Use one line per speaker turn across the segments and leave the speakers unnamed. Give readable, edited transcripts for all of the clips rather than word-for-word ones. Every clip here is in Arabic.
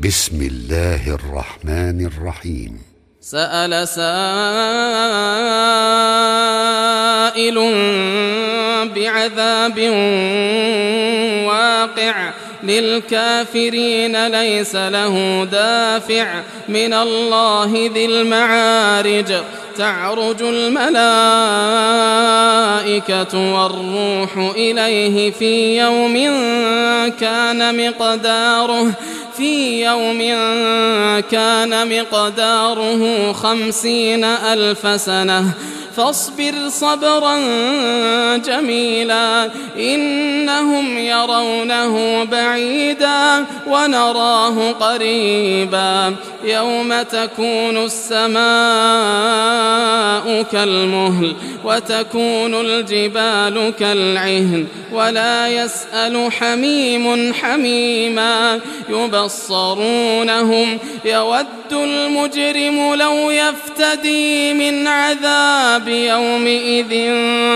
بسم الله الرحمن الرحيم.
سأل سائل بعذاب واقع للكافرين ليس له دافع من الله ذي المعارج تعرج الملائكة والروح إليه في يوم كان مقداره 50,000 سنة فاصبر صبرا جميلا إنهم يرونه بعيدا ونراه قريبا يوم تكون السماء كالمهل وتكون الجبال كالعهن ولا يسأل حميم حميما يبصرونهم يود المجرم لو يفتدي من عذاب يومئذ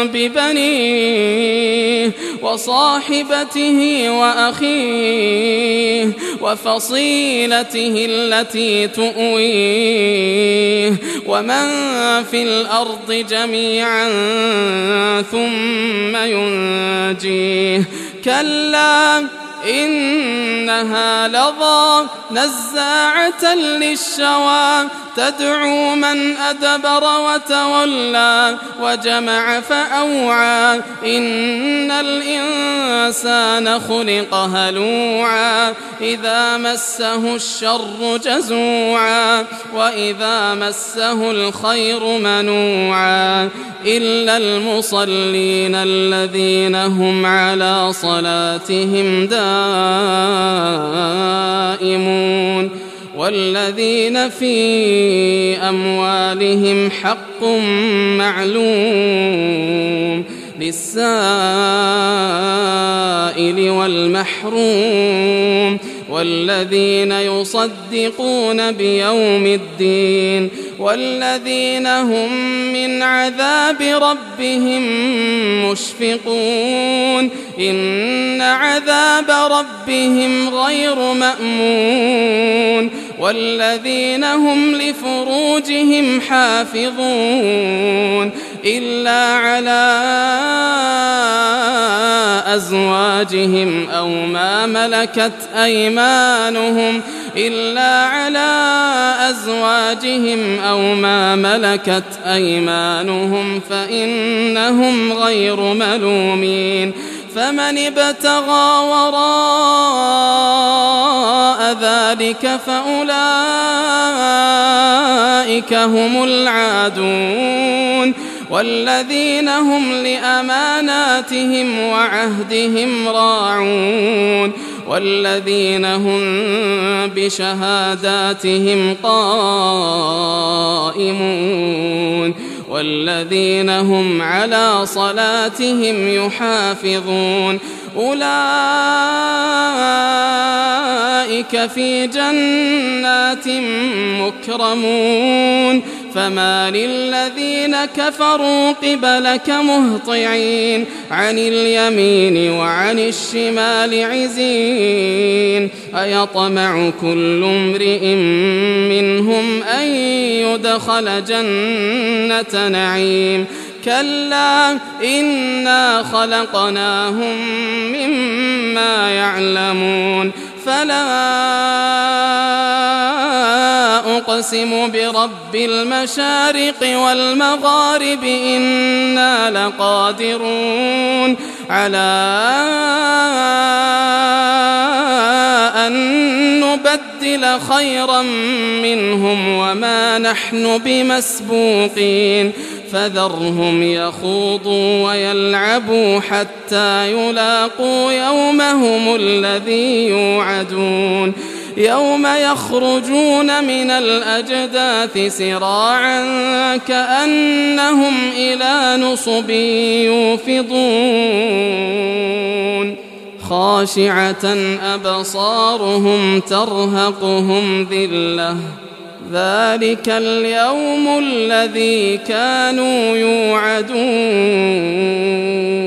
ببنيه وصاحبته وأخيه وفصيلته التي تؤويه ومن في الأرض جميعا ثم ينجيه كلا إنها لظى نزاعة للشوى تدعو من أدبر وتولى وجمع فأوعى إن الإنسان خلق هلوعا إذا مسه الشر جزوعا وإذا مسه الخير منوعا إلا المصلين الذين هم على صلاتهم دائمون والذين في أموالهم حق معلوم للسائل والمحروم والذين يصدقون بيوم الدين والذين هم من عذاب ربهم مشفقون إن عذاب ربهم غير مأمون والذين هم لفروجهم حافظون إلا على أزواجهم أو ما ملكت أيمانهم فإنهم غير ملومين فمن ابتغى وراء ذلك فأولئك هم العادون والذين هم لأماناتهم وعهدهم راعون والذين هم بشهاداتهم قائمون والذين هم على صلاتهم يحافظون أولئك في جنات مكرمون فما للذين كفروا قبلك مهطعين عن اليمين وعن الشمال عزين أيطمع كل امرئ منهم أن يدخل جنة نعيم كلا إنا خلقناهم مما يعلمون فلا أقسم برب المشارق والمغارب إنا لقادرون على أن نبدل خيرا منهم وما نحن بمسبوقين فذرهم يخوضوا ويلعبوا حتى يلاقوا يومهم الذي يوعدون يوم يخرجون من الأجداث سراعا كأنهم إلى نصب يوفضون خاشعة أبصارهم ترهقهم ذلة ذلك اليوم الذي كانوا يوعدون